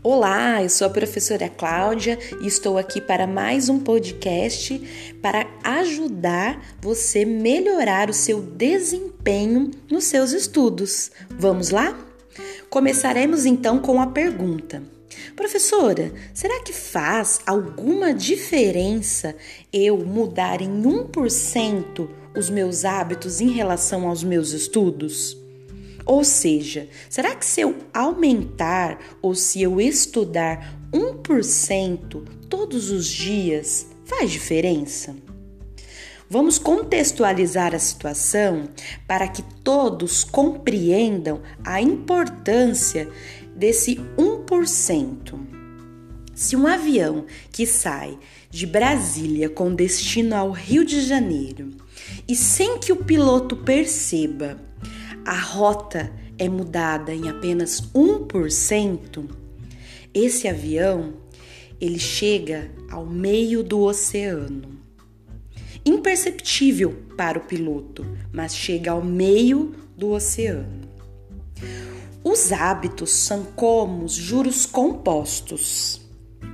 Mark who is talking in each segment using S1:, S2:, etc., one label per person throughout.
S1: Olá, eu sou a professora Cláudia e estou aqui para mais um podcast para ajudar você a melhorar o seu desempenho nos seus estudos. Vamos lá? Começaremos então com a pergunta. Professora, será que faz alguma diferença eu mudar em 1% os meus hábitos em relação aos meus estudos? Ou seja, será que se eu aumentar ou se eu estudar 1% todos os dias, faz diferença? Vamos contextualizar a situação para que todos compreendam a importância desse 1%. Se um avião que sai de Brasília com destino ao Rio de Janeiro e sem que o piloto perceba, a rota é mudada em apenas 1%, esse avião ele chega ao meio do oceano. Imperceptível para o piloto, mas chega ao meio do oceano. Os hábitos são como os juros compostos.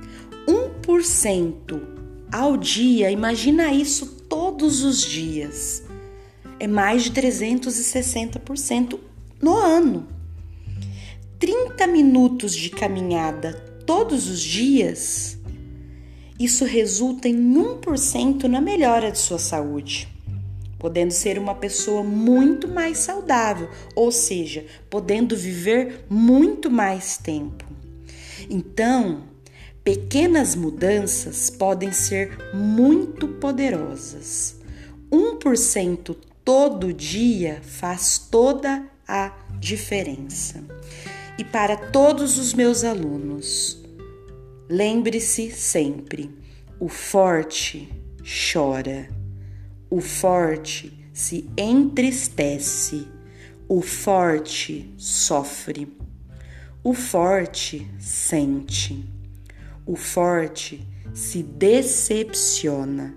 S1: 1% ao dia, imagina isso todos os dias. É mais de 360% no ano. 30 minutos de caminhada todos os dias, isso resulta em 1% na melhora de sua saúde, podendo ser uma pessoa muito mais saudável, ou seja, podendo viver muito mais tempo. Então, pequenas mudanças podem ser muito poderosas. 1% todo dia faz toda a diferença. E para todos os meus alunos, lembre-se sempre, o forte chora, o forte se entristece, o forte sofre, o forte sente, o forte se decepciona,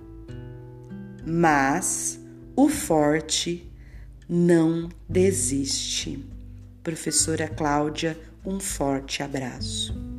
S1: mas o forte não desiste. Professora Cláudia, um forte abraço.